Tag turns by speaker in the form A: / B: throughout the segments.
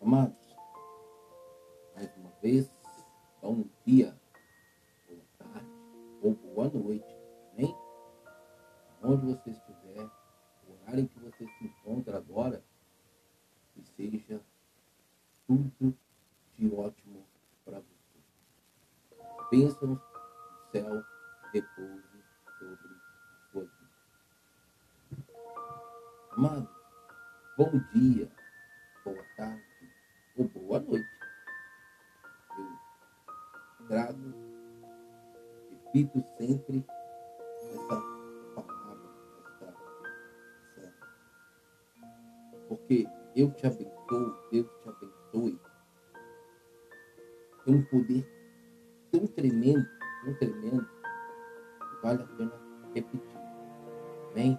A: Amados, mais uma vez, bom dia, boa tarde ou boa noite, amém? Onde você estiver, o horário em que você se encontra agora, que seja tudo de ótimo para você. Bênçãos do céu repouse sobre a sua vida. Amados, bom dia, boa tarde ou boa noite. Eu trago, repito sempre essa palavra, porque eu te abençoo, Deus te abençoe. Tem um poder tão tremendo, que vale a pena repetir. Amém?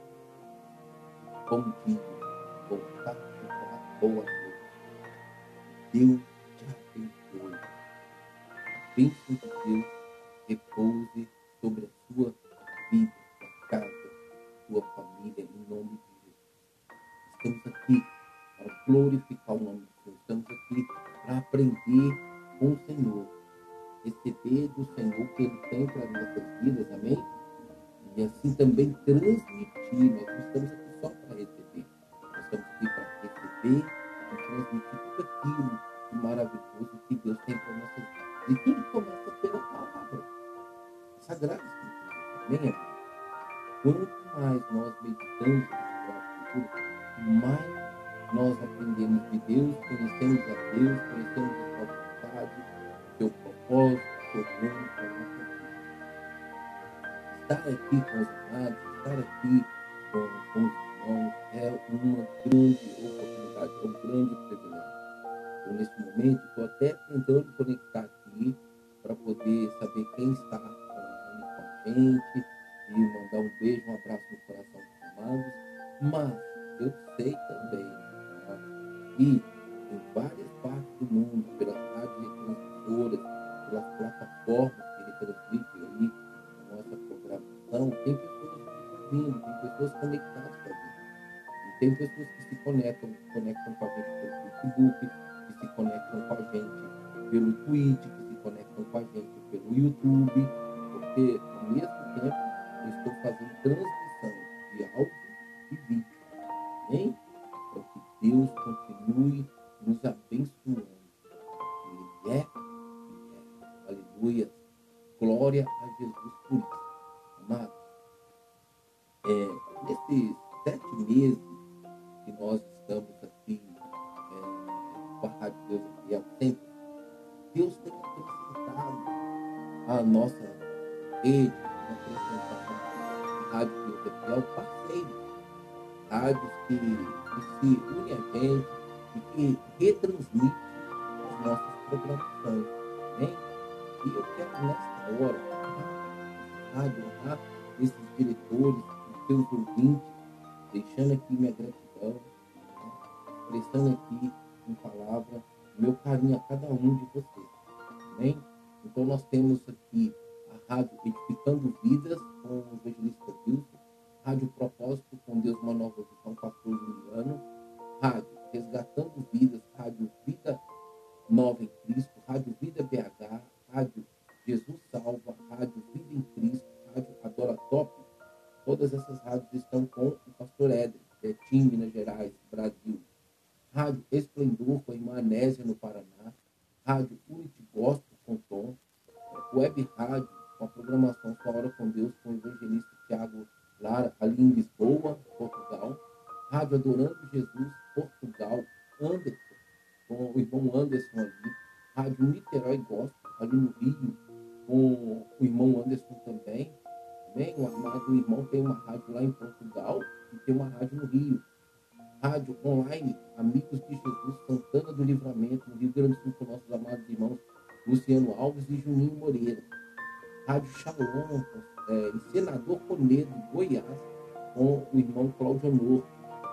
A: Bom dia, boa tarde, boa noite. Deus te abençoe. A bênção de Deus repouse sobre a sua vida, sua casa, sua família, em nome de Jesus. Estamos aqui para glorificar o nome do Senhor. Estamos aqui para aprender com o Senhor. Receber do Senhor o que Ele tem para as nossas vidas, amém? E assim também transmitir. Nós não estamos aqui só para receber. Nós estamos aqui para receber e transmitir tudo aquilo de maravilhoso que Deus tem para nossas vidas. E tudo começa pela palavra. Sagrada Escritura. Amém, amém? Quanto mais nós meditamos na Escritura, mais nós aprendemos de Deus, conhecemos a Deus, conhecemos a sua vontade, seu propósito, seu plano para a nossa vida. Estar aqui com os amados, estar aqui com os irmãos é uma grande oportunidade, é um grande privilégio. Eu, nesse momento, estou até tentando conectar aqui para poder saber quem está online com a gente e mandar um beijo, um abraço no coração dos amados. Mas eu sei também, tá, que em várias partes do mundo, pelas rádios retransmissoras, pelas plataformas que retransmitem aí a nossa programação, tem pessoas ouvindo, tem pessoas conectadas com a gente. E tem pessoas que se conectam com a gente pelo Facebook, que se conectam com a gente pelo Twitch, que se conectam com a gente pelo YouTube, porque ao mesmo tempo eu estou fazendo transmissão de áudio e vídeo. Amém? Para que Deus continue nos abençoando. Ele é fiel. Aleluia. Glória a Jesus por isso. Amados, nesses 7 meses que nós estamos aqui com a Rádio Deus é Fiel, sempre, Deus tem acrescentado a nossa rede, tem acrescentado a Rádio Deus é Fiel parceiros. Rádios que se unem a gente e que retransmitem as nossas programações. Amém? E eu quero, nesta hora, honrar esses diretores, os seus ouvintes, deixando aqui minha gratidão, expressando aqui em palavra meu carinho a cada um de vocês. Amém? Então nós temos aqui a Rádio Edificando Vidas com o evangelista Wilson, Rádio Propósito com Deus Uma Nova Visão, pastor Juliano, Rádio Resgatando Vidas, Rádio Vida Nova em Cristo, Rádio Vida BH, Rádio Jesus Salva, Rádio Vida em Cristo, Rádio Adora Top. Todas essas rádios estão com o pastor Éder, Betim, Minas Gerais, Brasil. Rádio Esplendor com a irmã Anésia, no Paraná. Rádio Unity Gospel com Tom. Web Rádio com a programação Sua Hora com Deus, com o evangelista Tiago Lara, ali em Lisboa, Portugal. Rádio Adorando Jesus, Portugal, Anderson, com o irmão Anderson ali. Rádio Niterói Gospel, ali no Rio, com o irmão Anderson também. Também o amado irmão tem uma rádio lá em Portugal e tem uma rádio no Rio. Rádio online, Amigos de Jesus, Santana do Livramento, no Rio Grande do Sul, com nossos amados irmãos Luciano Alves e Juninho Moreira. Rádio Shalom, em Senador Conedo, Goiás, com o irmão Cláudio Honor.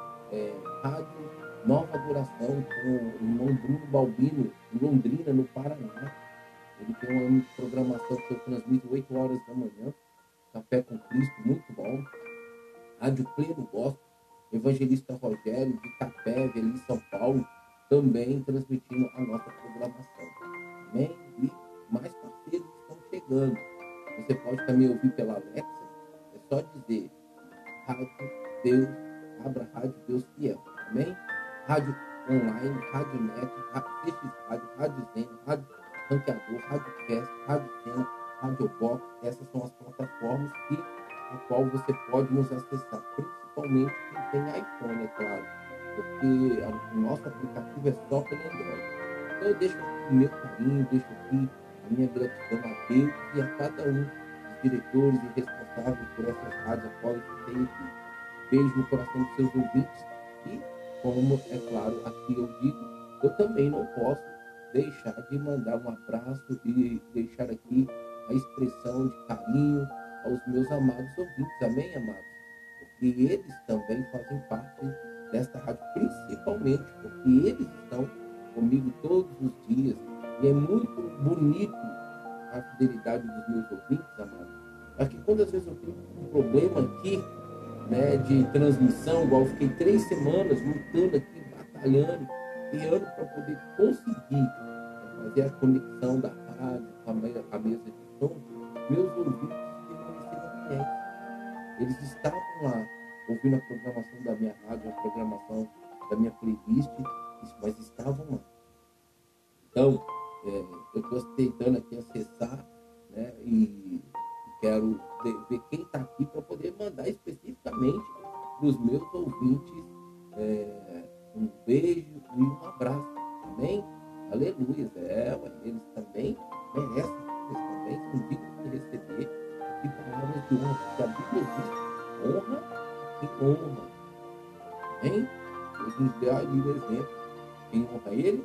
A: Rádio Nova Adoração, com o irmão Bruno Balbino, em Londrina, no Paraná. Ele tem uma programação que eu transmito 8 horas da manhã. Café com Cristo, muito bom. Rádio Pleno Gospel, Evangelista Rogério, de Itapeve, ali em São Paulo. também transmitindo a nossa programação. Amém? E mais parceiros estão chegando. Você pode também ouvir pela Alexa. É só dizer Rádio Deus, abra Rádio Deus Fiel. Amém? Rádio online, Rádio Net, CX Rádio, Rádio Zen, Rádio Ranqueador, Rádio Cast, Rádio Cena, Rádio Box. Essas são as plataformas a qual você pode nos acessar, principalmente quem tem iPhone, é claro, porque o nosso aplicativo é só pelo Android. Então eu deixo aqui o meu carinho, deixo aqui a minha gratidão a Deus e a cada um dos diretores e responsáveis por essas rádios a qual eu tenho aqui. Beijo no coração dos seus ouvintes e, como é claro, aqui eu digo, eu também não posso deixar de mandar um abraço e deixar aqui a expressão de carinho aos meus amados ouvintes. Amém, amados? Porque eles também fazem parte desta rádio, principalmente porque eles estão comigo todos os dias e é muito bonito a fidelidade dos meus ouvintes, amados. Aqui, quando às vezes eu tenho um problema aqui, né, de transmissão, igual eu fiquei 3 semanas lutando aqui, batalhando, criando para poder conseguir fazer a conexão da rádio com a mesa de som, meus ouvintes permaneceram fiéis. Eles estavam lá ouvindo a programação da minha rádio, a programação da minha playlist, mas estavam lá. Então, eu estou tentando aqui acessar, né, e quero ver quem está aqui para poder mandar especificamente para os meus ouvintes um beijo e um abraço. Amém? Aleluia. Eles também merecem, eles também são dignos de receber aqui palavras de honra, porque a Bíblia diz honra e honra. Amém? Deus nos deu ali o exemplo. Quem honra ele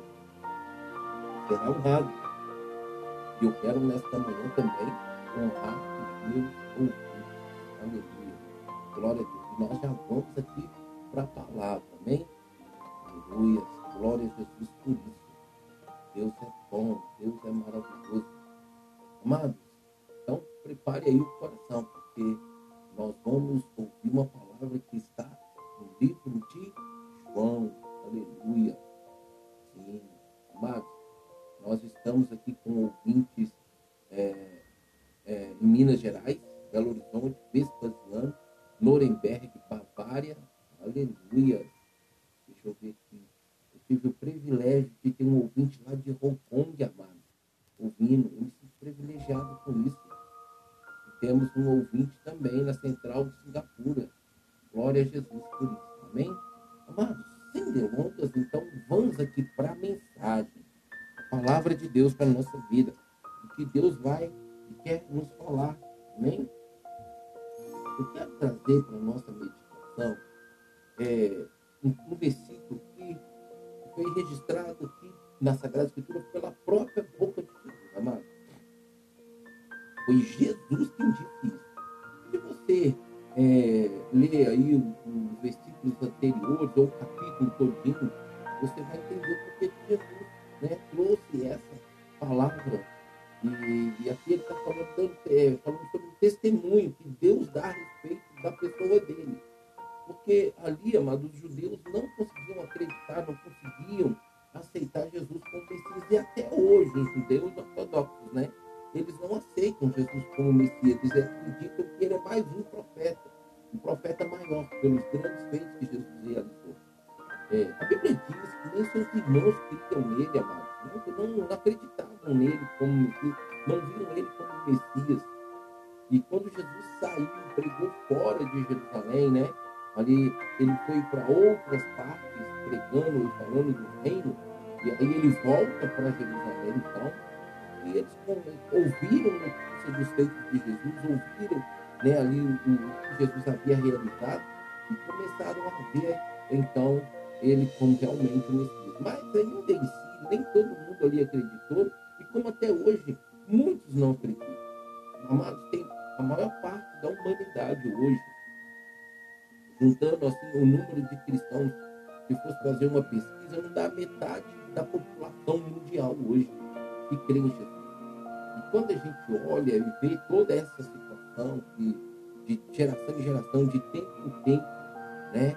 A: será honrado. E eu quero nesta manhã também honrar os meus ouvintes. Aleluia. Glória a Deus. E nós já vamos aqui para a palavra. Amém? Aleluia. Glória a Jesus por isso. Deus é bom. Deus é maravilhoso. Amados, então prepare aí o coração, porque nós vamos ouvir uma palavra que está no livro de João. Aleluia. Sim. Amados, nós estamos aqui com ouvintes em Minas Gerais, Belo Horizonte, Vespasiano, Nuremberg, Bavária. Aleluia. Deixa eu ver aqui. Eu tive o privilégio de ter um ouvinte lá de Hong Kong, amado, ouvindo. Eu me sinto privilegiado com isso. E temos um ouvinte também na central de Singapura. Glória a Jesus por isso. Amém? Amados, sem delongas, então vamos aqui para a mensagem. A palavra de Deus para a nossa vida. O que Deus vai e quer nos falar. Amém? Eu quero trazer para a nossa meditação um versículo que foi registrado aqui na Sagrada Escritura pela própria boca de Jesus, amado. Foi Jesus quem disse isso. Se você ler aí os versículos anteriores ou o capítulo todinho, você vai entender porque Jesus, né, trouxe essa palavra. E aqui ele está falando sobre o testemunho que Deus dá a respeito da pessoa dele. Porque ali, amados, os judeus não conseguiam acreditar, não conseguiam aceitar Jesus como Messias. E até hoje, os judeus ortodoxos, né? Eles não aceitam Jesus como Messias. Eles acreditam que ele é mais um profeta maior, pelos grandes feitos que Jesus realizou. A Bíblia diz que nem seus irmãos criam nele, amados. Não acreditavam nele como Messias, não viam ele como Messias. E quando Jesus saiu, pregou fora de Jerusalém, né? Ali ele foi para outras partes, pregando e falando do reino. E aí ele volta para Jerusalém, então. E eles ouviram notícia dos feitos de Jesus, ouviram, né, ali o que Jesus havia realizado e começaram a ver, então, ele como realmente o Messias. Mas ainda em si, nem todo mundo ali acreditou, e como até hoje, muitos não acreditam. Amados, tem a maior parte da humanidade hoje, juntando assim o número de cristãos, se fosse fazer uma pesquisa, não dá metade da população mundial hoje que crê em Jesus. E quando a gente olha e vê toda essa situação de geração em geração, de tempo em tempo, né?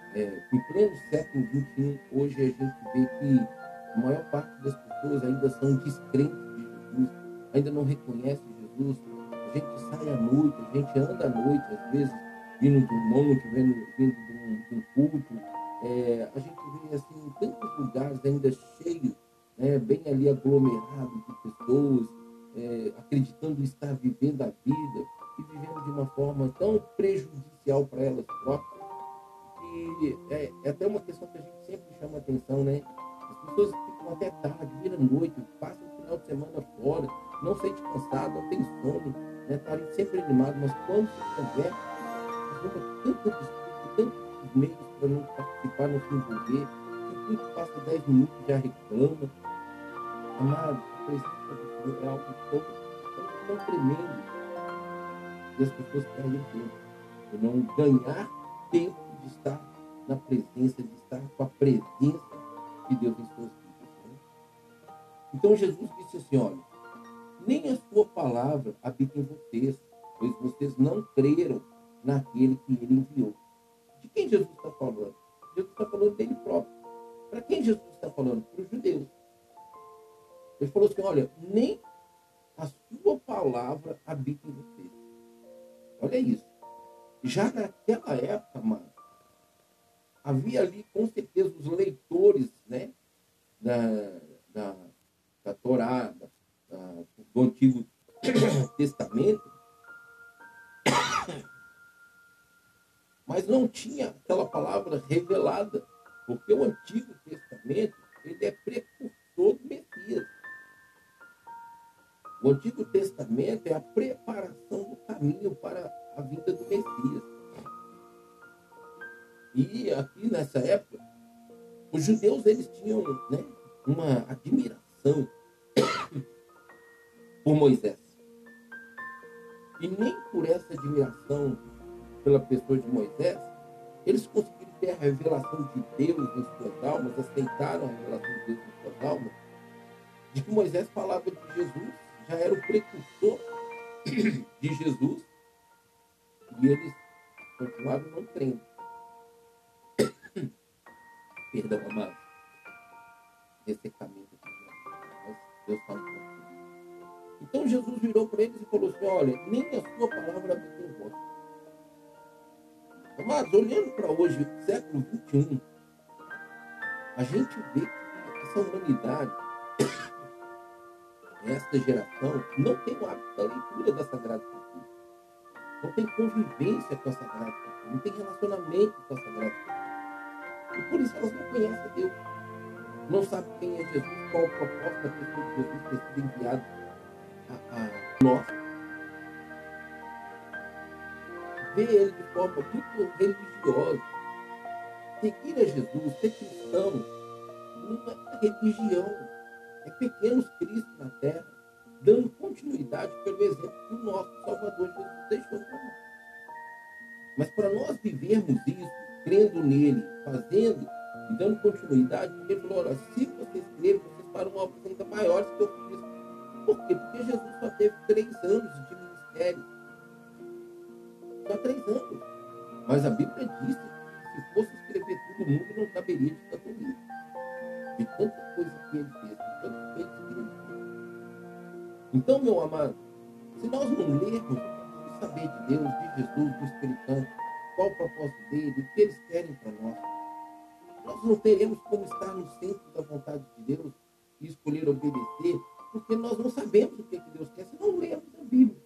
A: Em pleno século XXI, hoje a gente vê que a maior parte das pessoas ainda são descrentes de Jesus, ainda não reconhecem Jesus. A gente sai à noite, a gente anda à noite, às vezes, vindo de um monte, vindo de um culto. A gente vê assim, tantos lugares ainda cheios, né, bem ali aglomerado de pessoas, acreditando estar vivendo a vida e vivendo de uma forma tão prejudicial para elas próprias. E é até uma questão que a gente sempre chama atenção, né? As pessoas ficam até tarde, viram noite, passam o final de semana fora, não sente cansado, não tem sono, né? Tá ali sempre animado, mas quando se converte, arruma tanta desculpa, tantos meios para não participar, não se envolver. Se o culto passa 10 minutos, já reclama. Amado, a presença do Senhor é algo tão tremendo que as pessoas perdem tempo. De não ganhar tempo de estar na presença, de estar com a presença de Deus em suas vidas. Né? Então Jesus disse assim, olha, nem a sua palavra habita em vocês, pois vocês não creram naquele que ele enviou. De quem Jesus está falando? Jesus está falando dele próprio. Para quem Jesus está falando? Para os judeus. Ele falou assim, olha, nem a sua palavra habita em vocês. Olha isso. Já naquela época, mano, havia ali, com certeza, os leitores, né, da Torá, do Antigo Testamento, mas não tinha aquela palavra revelada, porque o Antigo Testamento, ele é precursor do Messias. O Antigo Testamento é a preparação do caminho para a vinda do Messias. E aqui nessa época, os judeus eles tinham, né, uma admiração por Moisés. E nem por essa admiração pela pessoa de Moisés, eles conseguiram ter a revelação de Deus em suas almas, aceitaram a revelação de Deus em suas almas, de que Moisés falava de Jesus, já era o precursor de Jesus, e eles continuaram não crendo. Perdão, amados. Ressecamento aqui, mas Deus está no controle. Então Jesus virou para eles e falou assim, olha, nem a sua palavra habita em vós. Amados, olhando para hoje, século XXI, a gente vê que essa humanidade, essa geração, não tem o hábito da leitura da Sagrada Escritura. Não tem convivência com a Sagrada Escritura. Não tem relacionamento com a Sagrada Escritura. E por isso elas não conhecem a Deus. Não sabem quem é Jesus, qual o propósito da pessoa de Jesus ter sido enviado a nós. Vê ele de forma muito religiosa. Seguir a Jesus, ser cristão, não é religião. É pequenos cristos na terra, dando continuidade pelo exemplo que o nosso Salvador Jesus deixou para nós. Mas para nós vivermos isso, crendo nele, fazendo e dando continuidade, ele falou, olha, se vocês crerem, vocês farão obras ainda maiores que eu fiz. Por quê? Porque Jesus só teve 3 anos de ministério. Só 3 anos. Mas a Bíblia diz que se fosse escrever tudo, o mundo não caberia de tanto livro. De tanta coisa que ele fez, de tantos feitos que ele fez. Então, meu amado, se nós não lermos o saber de Deus, de Jesus, do Espírito Santo, qual o propósito dele, o que eles querem para nós, nós não teremos como estar no centro da vontade de Deus e escolher obedecer, porque nós não sabemos o que Deus quer se não lermos a Bíblia.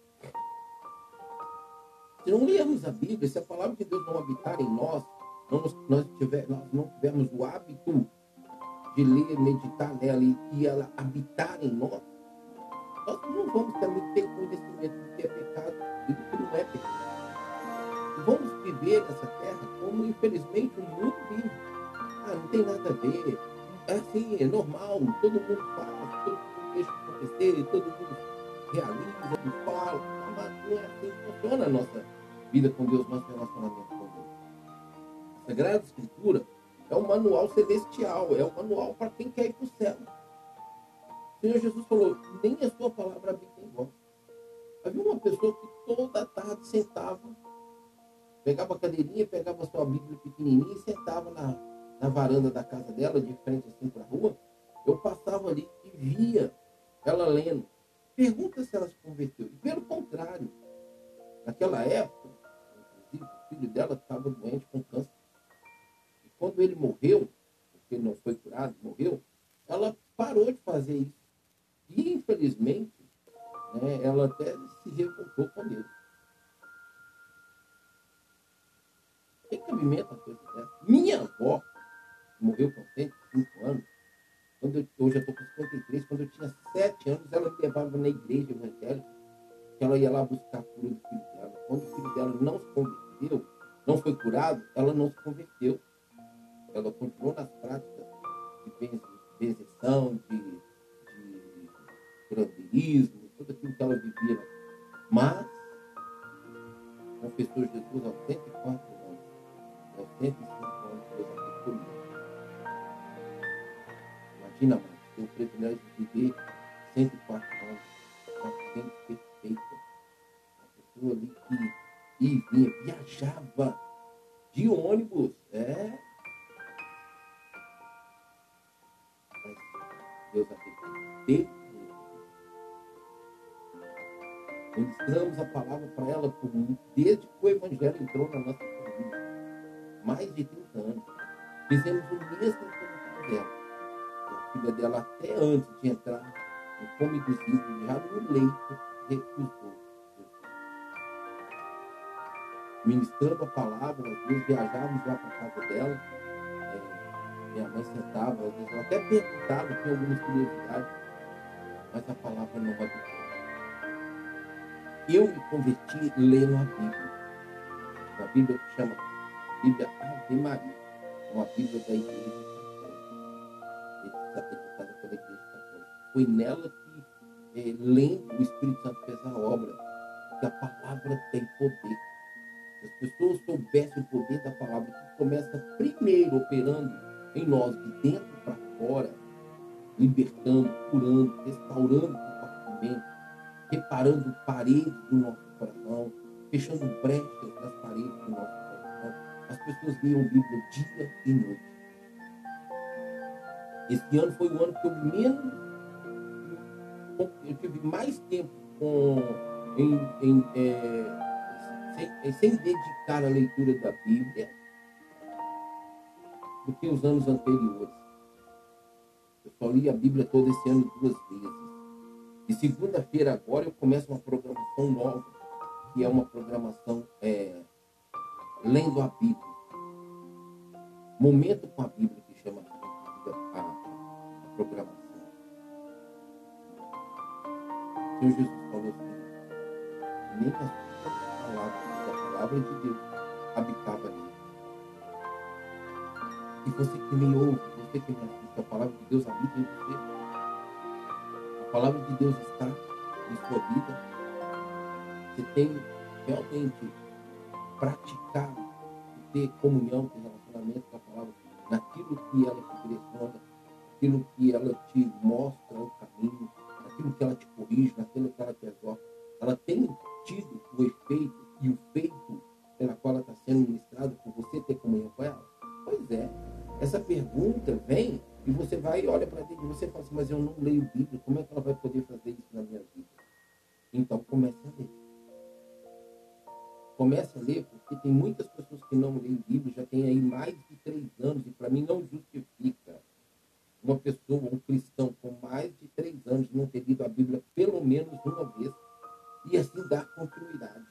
A: Se não lermos a Bíblia, se a palavra de Deus não habitar em nós, nós não tivermos o hábito de ler, meditar nela e ela habitar em nós, nós não vamos também ter conhecimento do que é pecado e do que não é pecado. E vamos viver nessa terra como, infelizmente, o mundo vive. Ah, não tem nada a ver. É assim, é normal, todo mundo faz, todo mundo deixa acontecer, todo mundo realiza e fala. Mas não é assim que funciona a nossa vida com Deus, nosso relacionamento com Deus. A Sagrada Escritura é um manual celestial, é um manual para quem quer ir para o céu. O Senhor Jesus falou, nem a sua palavra habita em vós. Havia uma pessoa que toda tarde sentava Pegava a cadeirinha, pegava a sua Bíblia pequenininha e sentava na varanda da casa dela, de frente assim para a rua. Eu passava ali e via ela lendo. Pergunta se ela se converteu. E pelo contrário, naquela época, inclusive, o filho dela estava doente com câncer. E quando ele morreu, porque ele não foi curado, morreu, ela parou de fazer isso. E, infelizmente, né, ela até se revoltou com Deus. Tem cabimento uma coisa dessa? Minha avó morreu com 105 anos. Hoje eu estou com 53. Quando eu tinha 7 anos, ela me levava na igreja evangélica, que ela ia lá buscar a cura do filho dela. Quando o filho dela não se converteu, não foi curado, ela não se converteu. Ela continuou nas práticas de benzeção, de curanderismo, tudo aquilo que ela vivia. Mas confessou Jesus aos 104 anos. Aos 105 anos, Deus a recolheu. Imagina, mãe, ter o privilégio de viver 104 anos, uma gente perfeita. Uma pessoa ali que ia e vinha, viajava de ônibus. Mas Deus a recolheu. Ministramos a palavra para ela desde que o Evangelho entrou na nossa família. Mais de 30 anos. Fizemos o mesmo com a filha dela. E a filha dela, até antes de entrar no Come dos Ídolos, já no leito, recusou Jesus. Ministrando a palavra, às vezes viajávamos lá para a casa dela. Minha mãe sentava, às vezes ela até perguntava, tinha algumas curiosidades, mas a palavra não habitou. Eu me converti lendo a Bíblia. Uma Bíblia que chama Bíblia Ave Maria. É uma Bíblia da Igreja Católica. Editada pela Igreja Católica. Foi nela que, lendo, o Espírito Santo fez a obra. Porque a palavra tem poder. Se as pessoas soubessem o poder da palavra, que começa primeiro operando em nós, de dentro para fora, libertando, curando, restaurando compartimentos, reparando paredes do nosso coração, fechando brechas nas paredes do nosso coração. As pessoas liam Bíblia dia e noite. Esse ano foi o ano que eu tive mais tempo sem dedicar a leitura da Bíblia do que os anos anteriores. Eu só li a Bíblia todo esse ano 2 vezes. E segunda-feira agora eu começo uma programação nova, que é uma programação lendo a Bíblia. Momento com a Bíblia, que chama a programação. O Senhor Jesus falou assim, nem a palavra de Deus habitava nele. E você que me ouve, você que me assiste, a palavra de Deus habita em você. A palavra de Deus está em sua vida. Você tem realmente praticado e ter comunhão, ter relacionamento com a palavra, naquilo que ela te direciona, naquilo que ela te mostra o caminho, naquilo que ela te corrige, naquilo que ela te exorta. Ela tem tido o efeito e o feito pela qual ela está sendo ministrada por você ter comunhão com ela? Pois é. Essa pergunta vem e você vai e olha para dentro e você fala assim, mas eu não leio Bíblia, como é que ela vai poder fazer isso na minha vida? Então comece a ler. Comece a ler, porque tem muitas pessoas que não leem Bíblia, já tem aí mais de 3 anos, e para mim não justifica uma pessoa, um cristão com mais de 3 anos não ter lido a Bíblia pelo menos uma vez, e assim dar continuidade.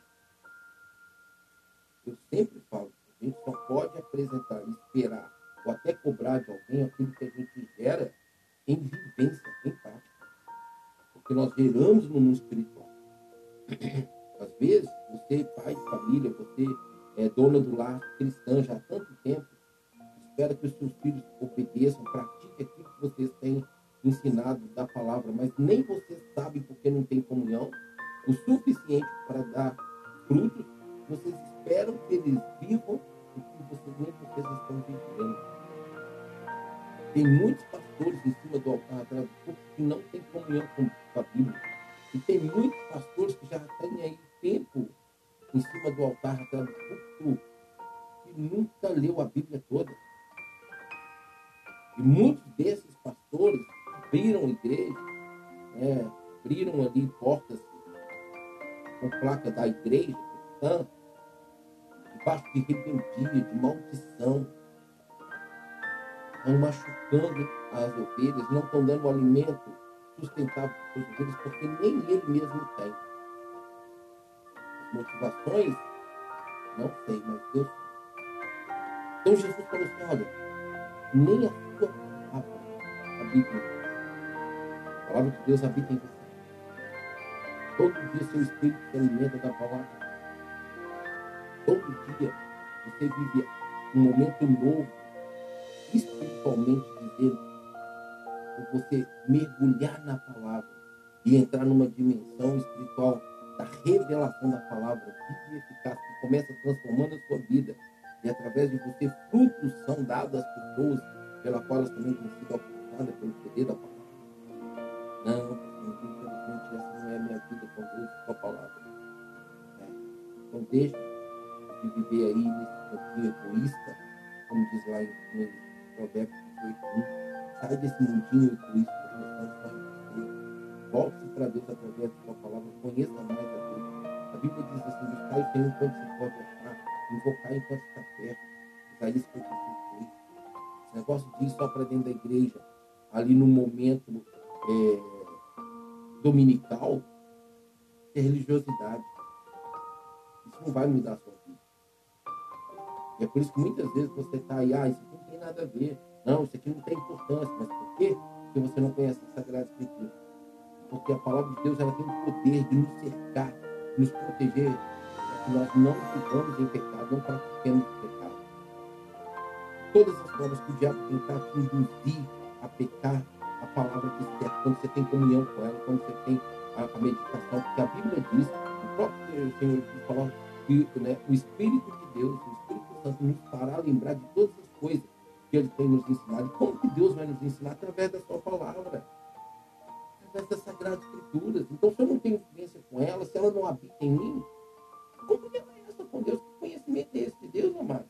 A: Eu sempre falo, a gente só pode apresentar, esperar, ou até cobrar de alguém aquilo que a gente gera em vivência, em prática. Porque nós geramos no mundo espiritual. Às vezes, você, pai de família, você é dona do lar cristã já há tanto tempo, espera que os seus filhos obedeçam, pratiquem aquilo que vocês têm ensinado da palavra, mas nem vocês sabem porque não tem comunhão o suficiente para dar frutos. Vocês esperam que eles vivam o que vocês estão vivendo. Tem muitos pastores em cima do altar atrás do corpo que não têm comunhão com a Bíblia. E tem muitos pastores que já têm aí tempo em cima do altar, atrás do púlpito, que nunca leu a Bíblia toda. E muitos desses pastores abriram igreja, abriram ali portas com placa da igreja cristã, debaixo de rebeldia, de maldição, estão machucando as ovelhas, não estão dando alimento sustentável para as ovelhas, porque nem ele mesmo tem. As motivações, não sei, mas Deus sabe. Então Jesus falou assim, olha, nem a sua palavra habita em você. A palavra de Deus habita em você. Todo dia seu espírito se alimenta da palavra. Todo dia você vive um momento novo, espiritualmente dizendo, por você mergulhar na palavra e entrar numa dimensão espiritual da revelação da palavra viva e eficaz, que começa transformando a sua vida. E através de você, frutos são dados às pessoas pela qual elas também têm sido alcançadas pelo poder da palavra. Não, infelizmente essa não é a minha vida com Deus e com a palavra. Então deixa de viver aí nesse mundinho egoísta, como diz lá em Provérbios 18:1. Sai desse mundinho egoísta, pensando só em você. Volte-se para Deus através da sua palavra, conheça mais a Deus. A Bíblia diz assim, buscar o Senhor enquanto se pode achar, invocar enquanto está perto. Isaías 55:3. Esse negócio de ir só para dentro da igreja, ali no momento dominical, é religiosidade. Isso não vai mudar a sua vida. E é por isso que muitas vezes você está aí, isso aqui não tem nada a ver. Não, isso aqui não tem importância. Mas por quê? Porque você não conhece a Sagrada Escritura. Porque a palavra de Deus ela tem o poder de nos cercar, de nos proteger, para que nós não vivamos em pecado, não pratiquemos o pecado. Todas as formas que o diabo tentar te induzir a pecar, a palavra te cerca. Quando você tem comunhão com ela, quando você tem a meditação, porque a Bíblia diz, o próprio Senhor Jesus falou que o Espírito de Deus, o Espírito Santo nos fará lembrar de todas as coisas que Ele tem nos ensinado. E como que Deus vai nos ensinar? Através da sua palavra, através das Sagradas Escrituras. Então, se eu não tenho influência com ela, se ela não habita em mim, como que é essa com Deus? Que conhecimento é esse de Deus, amado?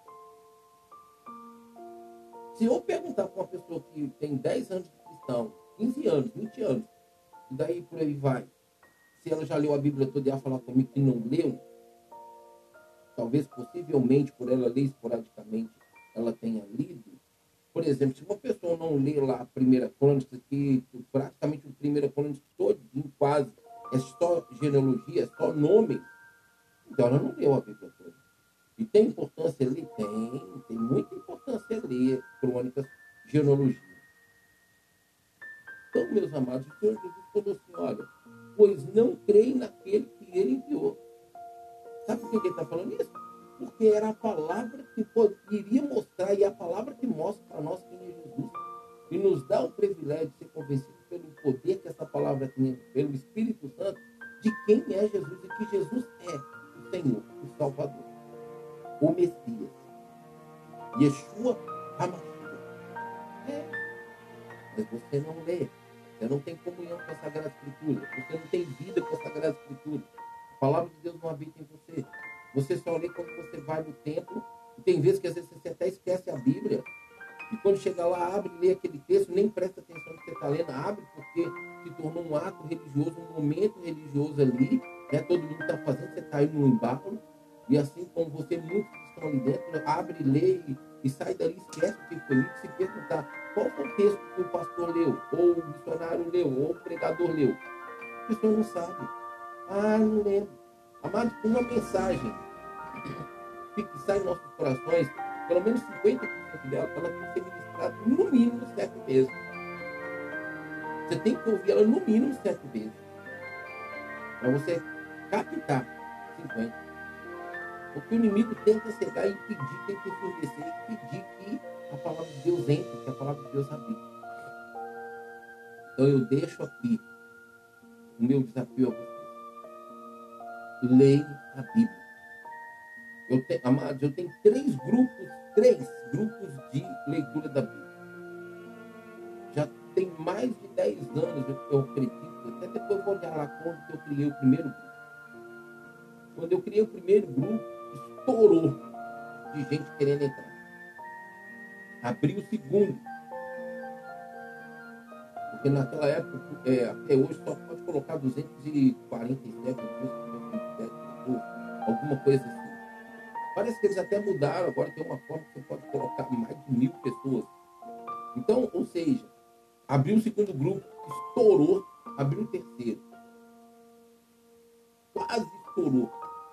A: Se eu perguntar para uma pessoa que tem 10 anos de cristão, 15 anos, 20 anos, e daí por aí vai, se ela já leu a Bíblia toda e ela falar comigo que não leu, talvez, possivelmente, por ela ler esporadicamente, ela tenha lido. Por exemplo, se uma pessoa não lê lá a Primeira Crônica, que praticamente o Primeira Crônica todinho quase é só genealogia, é só nome, então ela não leu a Bíblia toda. E tem importância ler? Tem muita importância ler crônicas, genealogia. Então, meus amados, o Senhor Jesus falou assim, olha, pois não creem naquele que Ele enviou. Sabe por que Ele está falando isso? Porque era a palavra que iria mostrar, e é a palavra que mostra para nós quem é Jesus. E nos dá o privilégio de ser convencido pelo poder que essa palavra tem, pelo Espírito Santo, de quem é Jesus e que Jesus é o Senhor, o Salvador, o Messias. Yeshua HaMashiach. Mas você não lê. Você não tem comunhão com a Sagrada Escritura. Você não tem vida com a Sagrada Escritura. A palavra de Deus não habita em você. Você só lê quando você vai no templo. E tem vezes que às vezes você até esquece a Bíblia. E quando chega lá, abre e lê aquele texto, nem presta atenção no que você está lendo. Abre porque se tornou um ato religioso, um momento religioso ali. Todo mundo está fazendo, você está aí no embalo. E assim como você, muitos que estão ali dentro, abre, lê e sai dali, esquece o que foi lido. Se perguntar qual foi o texto que o pastor leu, ou o missionário leu, ou o pregador leu, a pessoa não sabe. Não lembro. Amado, uma mensagem que sai em nossos corações, pelo menos 50% dela, ela tem que ser ministrada no mínimo 7 vezes. Você tem que ouvir ela no mínimo 7 vezes. Para você captar 50. Porque o inimigo tenta cegar e impedir, tenta ensurdecer e impedir que a palavra de Deus entre, que a palavra de Deus habite. Então eu deixo aqui o meu desafio a vocês. Leia a Bíblia. Amados, eu tenho 3 grupos de leitura da Bíblia. Já tem mais de 10 anos, eu acredito, até depois eu vou olhar lá quando eu criei o primeiro grupo. Quando eu criei o primeiro grupo, estourou de gente querendo entrar. Abri o segundo. Porque naquela época, até hoje, só pode colocar 247, 257 pessoas, alguma coisa assim. Parece que eles até mudaram, agora tem uma forma que você pode colocar mais de 1.000 pessoas. Então, ou seja, abriu o segundo grupo, estourou, abriu o terceiro. Quase estourou.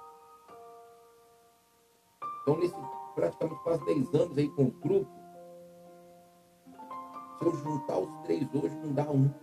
A: Então, nesse praticamente quase 10 anos aí com os grupos, se eu juntar os 3 hoje, não dá um.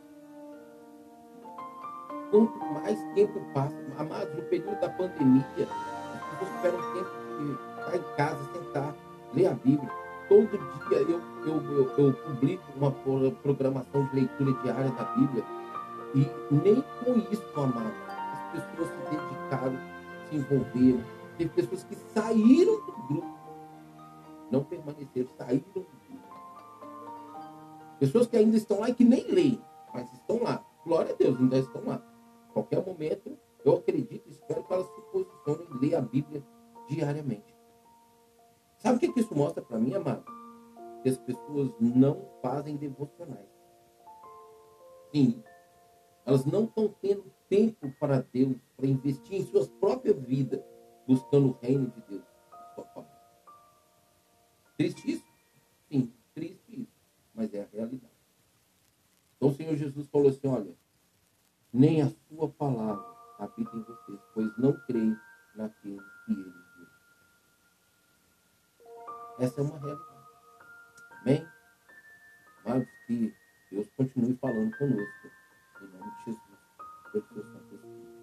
A: Quanto mais tempo passa, amados, no período da pandemia, as pessoas tiveram tempo de ficar em casa, sentar, ler a Bíblia. Todo dia eu publico uma programação de leitura diária da Bíblia. E nem com isso, amado, as pessoas se dedicaram, se envolveram. Teve pessoas que saíram do grupo, não permaneceram, saíram do grupo. Pessoas que ainda estão lá e que nem leem, mas estão lá. Glória a Deus, ainda estão lá. A qualquer momento, eu acredito e espero que elas se posicionem e leiam a Bíblia diariamente. Sabe o que isso mostra para mim, amado? Que as pessoas não fazem devocionais. Sim, elas não estão tendo tempo para Deus, para investir em suas próprias vidas, buscando o reino de Deus. Sua palavra. Triste isso? Sim, triste isso. Mas é a realidade. Então o Senhor Jesus falou assim, olha, nem a sua palavra habita em vocês, pois não creem naquele que ele enviou. Essa é uma realidade. Amém? Amados, que Deus continue falando conosco. Em nome de Jesus. Pelo seu Santo Espírito.